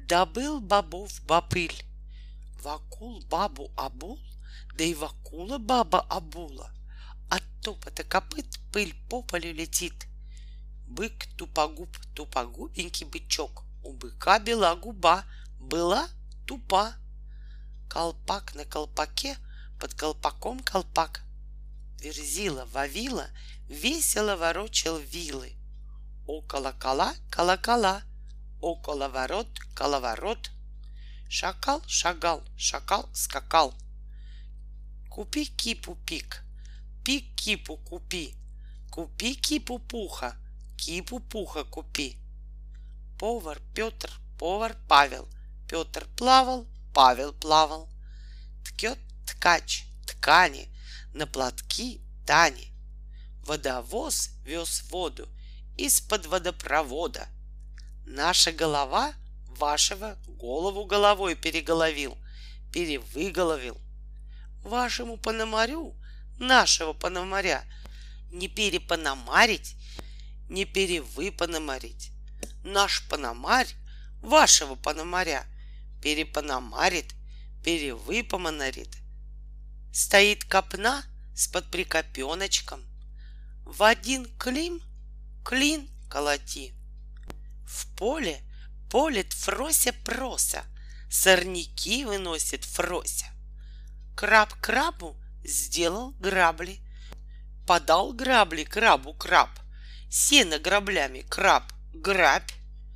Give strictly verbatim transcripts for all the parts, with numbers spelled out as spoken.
Добыл бобов бобыль, вакул бабу обул, да и вакула баба обула. От топота копыт пыль по полю летит. Бык тупогуб, тупогубенький бычок, у быка бела губа, была тупа. Колпак на колпаке, под колпаком колпак. Верзила Вавила весело ворочал вилы. Около кола колокола, около ворот коловорот. Шакал шагал, шакал скакал. Купи кипу пик, пик кипу купи, купи кипу пуха, кипу пуха купи. Повар Петр, повар Павел, Петр плавал, Павел плавал. Ткет ткач ткани, на платки тани. Водовоз вез воду из-под водопровода. Наша голова вашего голову головой переголовил, перевыголовил. Вашему пономарю нашего пономаря не перепономарить, не перевыпономарить. Наш пономарь вашего пономаря перепономарит, перевыпомонарит. Стоит копна с подприкопеночком. В один клим клин колоти. В поле полет Фрося проса, сорняки выносит Фрося. Краб крабу сделал грабли, подал грабли крабу краб, сено граблями краб грабь.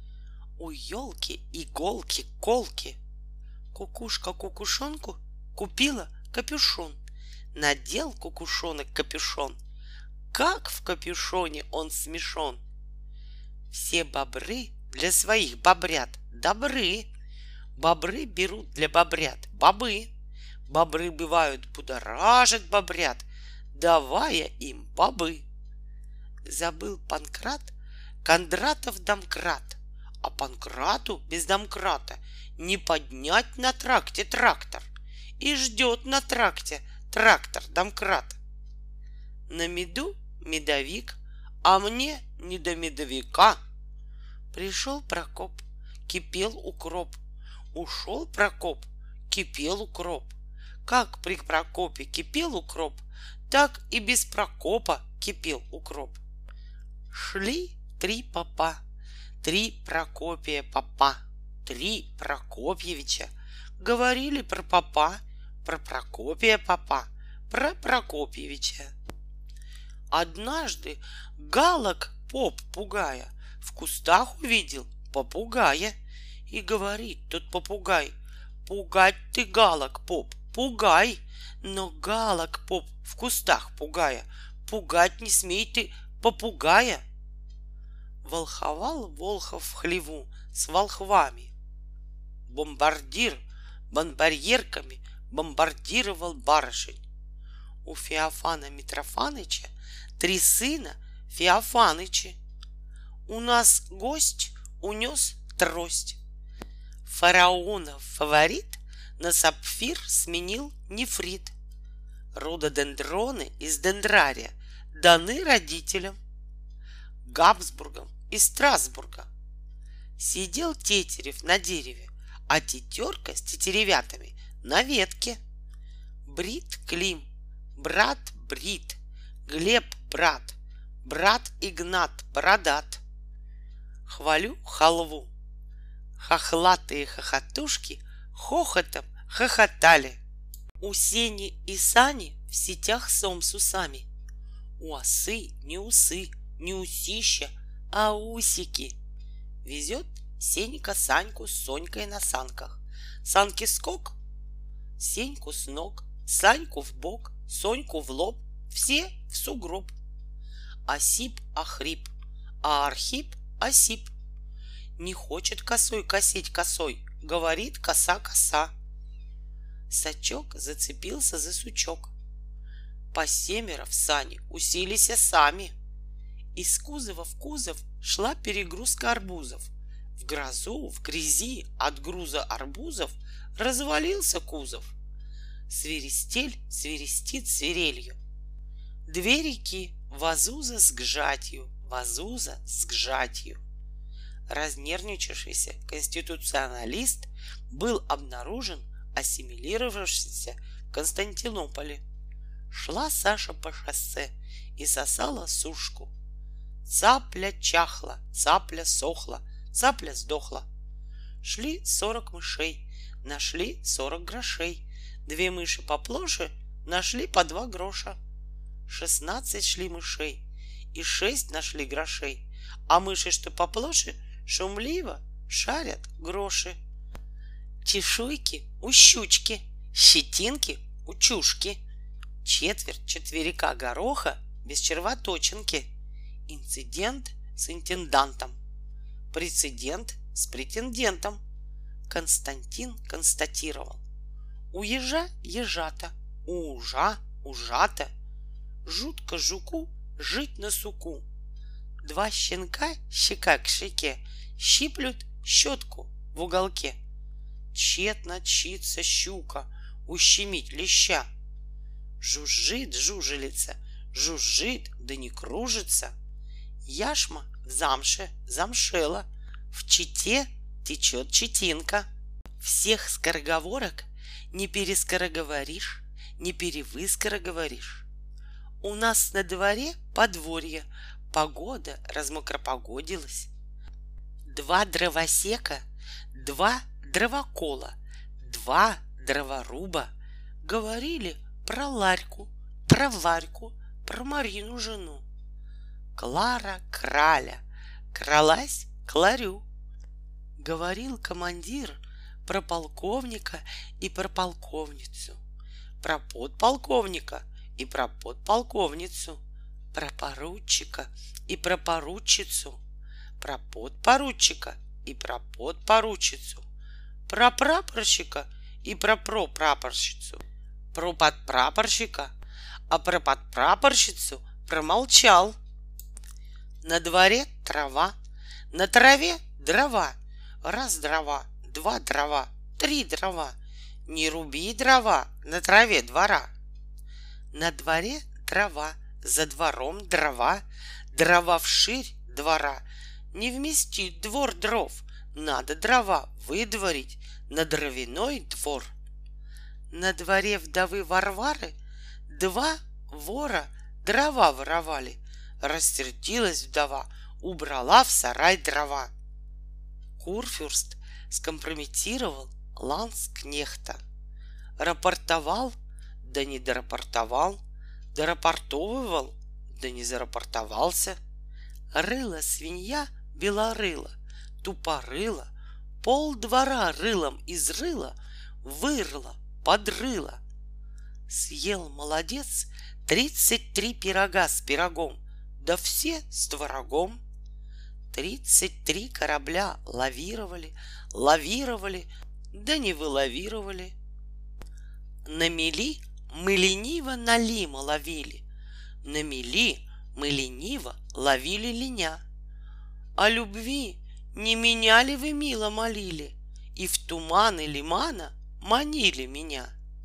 У елки иголки колки. Кукушка кукушонку купила капюшон, надел кукушонок капюшон. Как в капюшоне он смешон! Все бобры для своих бобрят добры. Бобры берут для бобрят бобы. Бобры бывают будоражат бобрят, давая им бобы. Забыл Панкрат Кондратов домкрат, а Панкрату без домкрата не поднять на тракте трактор. И ждет на тракте трактор домкрата. На меду медовик, а мне не до медовика. Пришел Прокоп, кипел укроп. Ушел Прокоп, кипел укроп. Как при Прокопе кипел укроп, так и без Прокопа кипел укроп. Шли три попа, три Прокопия попа, три Прокопьевича. Говорили про попа, про Прокопия попа, про Прокопьевича. Однажды галок поп пугая в кустах увидел попугая. И говорит тот попугай: пугать ты галок, поп, пугай. Но галок поп в кустах пугая, пугать не смей ты попугая. Волховал Волхов в хлеву с волхвами. Бомбардир бомбарьерками бомбардировал барышень. У Феофана Митрофаныча три сына Феофанычи. У нас гость унес трость. Фараонов фаворит на сапфир сменил нефрит. Рододендроны из дендрария даны родителям, Габсбургам из Страсбурга. Сидел Тетерев на дереве, а тетерка с тетеревятами на ветке. Брит Клим, брат Брит, Глеб брат, брат Игнат бородат. Хвалю халву. Хохлатые хохотушки хохотом хохотали. У Сени и Сани в сетях сом с усами. У осы не усы, не усища, а усики. Везет Сенька Саньку с Сонькой на санках. Санки скок, Сеньку с ног, Саньку в бок, Соньку в лоб, все в сугроб. Осип охрип, а Архип осип. Не хочет косой косить косой, говорит коса-коса. Сачок зацепился за сучок. По семеро в сани уселися сами. Из кузова в кузов шла перегрузка арбузов. В грозу, в грязи от груза арбузов развалился кузов. Свиристель свиристит свирелью. Две реки, Вазуза с Гжатью, Вазуза с Гжатью. разнервничавшийся конституционалист был обнаружен ассимилировавшимся в Константинополе. Шла Саша по шоссе и сосала сушку. Цапля чахла, цапля сохла, цапля сдохла. Шли сорок мышей, нашли сорок грошей. Две мыши поплоше нашли по два гроша. Шестнадцать шли мышей, и шесть нашли грошей, а мыши, что поплоше, шумливо шарят гроши. Чешуйки у щучки, щетинки у чушки, четверть четверика гороха без червоточинки, инцидент с интендантом, прецедент с претендентом. Константин констатировал: у ежа ежата, у ужа ужата, жутко жуку жить на суку. Два щенка щека к щеке щиплют щетку в уголке. Тщетно тщится щука ущемить леща. Жужжит жужелица, жужжит, да не кружится. Яшма в замше замшела, в чите течет читинка. Всех скороговорок не перескороговоришь, не перевыскороговоришь. У нас на дворе подворье, погода размокропогодилась. Два дровосека, два дровокола, два дроворуба говорили про Ларьку, про Варьку, про Марину жену. Клара краля, кралась к ларю. Говорил командир про полковника и про полковницу, про подполковника и про подполковницу, про поручика и про поручицу, про подпоручика и про подпоручицу, про прапорщика и про пропрапорщицу, про подпрапорщика, а про подпрапорщицу промолчал. На дворе трава, на траве дрова, раз дрова, два дрова, три дрова, не руби дрова на траве двора. На дворе дрова, за двором дрова, дрова вширь двора, не вместит двор дров, надо дрова выдворить на дровяной двор. На дворе вдовы Варвары два вора дрова воровали, рассердилась вдова, убрала в сарай дрова. Курфюрст скомпрометировал ланскнехта, рапортовал, да не дорапортовал, дорапортовывал, да не зарапортовался. Рыла свинья белорыла, тупорыла, пол двора рылом изрыла, вырыла, подрыла. Съел молодец тридцать три пирога с пирогом, да все с творогом. Тридцать три корабля лавировали, лавировали, да не вылавировали. На мели мы лениво налима ловили, на мели мы лениво ловили линя. О любви не меня ли вы мило молили и в туманы лимана манили меня?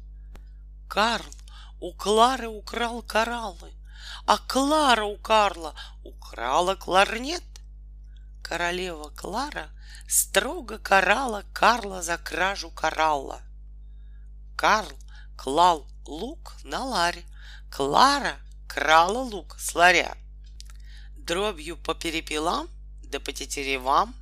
Карл у Клары украл кораллы, а Клара у Карла украла кларнет. Королева Клара строго карала Карла за кражу коралла. Карл клал лук на ларь, Клара крала лук с ларя. Дробью по перепелам да по тетеревам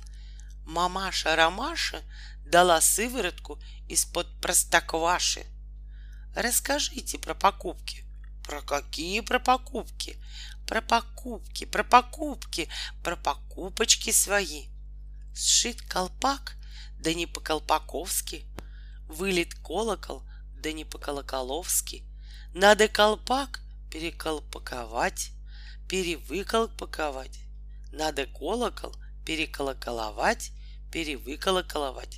мамаша Ромаша дала сыворотку из-под простокваши. Расскажите про покупки. Про какие про покупки? Про покупки, про покупки, про покупочки свои. Сшит колпак, да не по-колпаковски. Вылет колокол, да не по-колоколовски. Надо колпак переколпаковать, перевыколпаковать. Надо колокол переколоколовать, перевыколоколовать.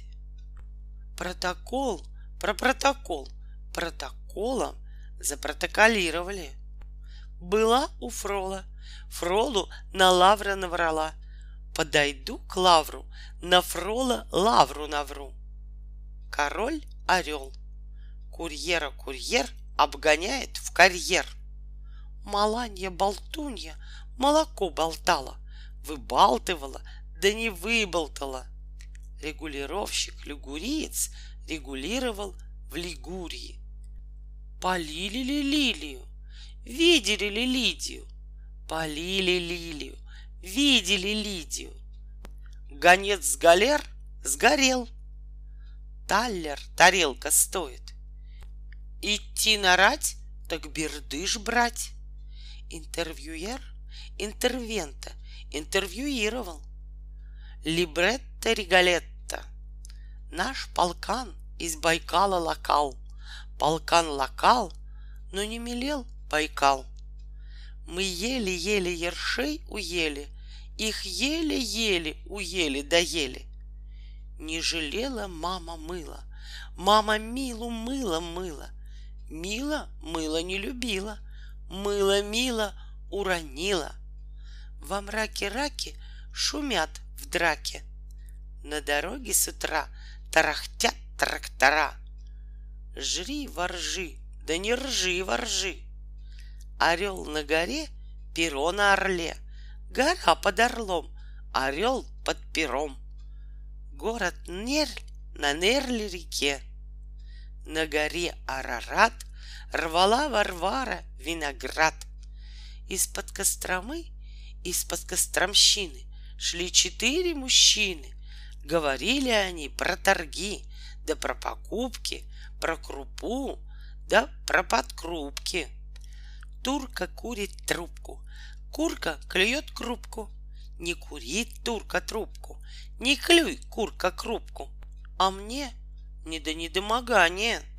Протокол, про протокол, протоколом запротоколировали. Была у Фрола, Фролу на лавра наврала. Подойду к лавру, на Фрола лавру навру. Король орел, курьера курьер обгоняет в карьер. Маланья болтунья молоко болтала, выбалтывала, да не выболтала. Регулировщик-лигуриец регулировал в Лигурии. Полили ли лилию? Видели ли Лидию? Полили лилию, видели Лидию. Гонец с галер сгорел. Таллер тарелка стоит. Идти нарать, так бердыш брать. Интервьюер интервента интервьюировал. Либретто Риголетто. Наш полкан из Байкала локал. Полкан локал, но не мелел Байкал. Мы еле-еле ершей уели, их еле-еле уели доели. Не жалела мама мыла, мама Милу мыло-мыла. Мила мыло не любила, мыло-мило уронила. Во мраке раки шумят в драке. На дороге с утра тарахтят трактора. Жри воржи, да не ржи воржи. Орел на горе, перо на орле. Гора под орлом, орел под пером. Город Нерль на Нерль реке. На горе Арарат рвала Варвара виноград. Из-под Костромы, из-под Костромщины шли четыре мужчины. Говорили они про торги, да про покупки, про крупу, да про подкрупки. Турка курит трубку, курка клюет крупку. Не курит турка трубку, не клюй, курка, крупку. А мне не до недомогания.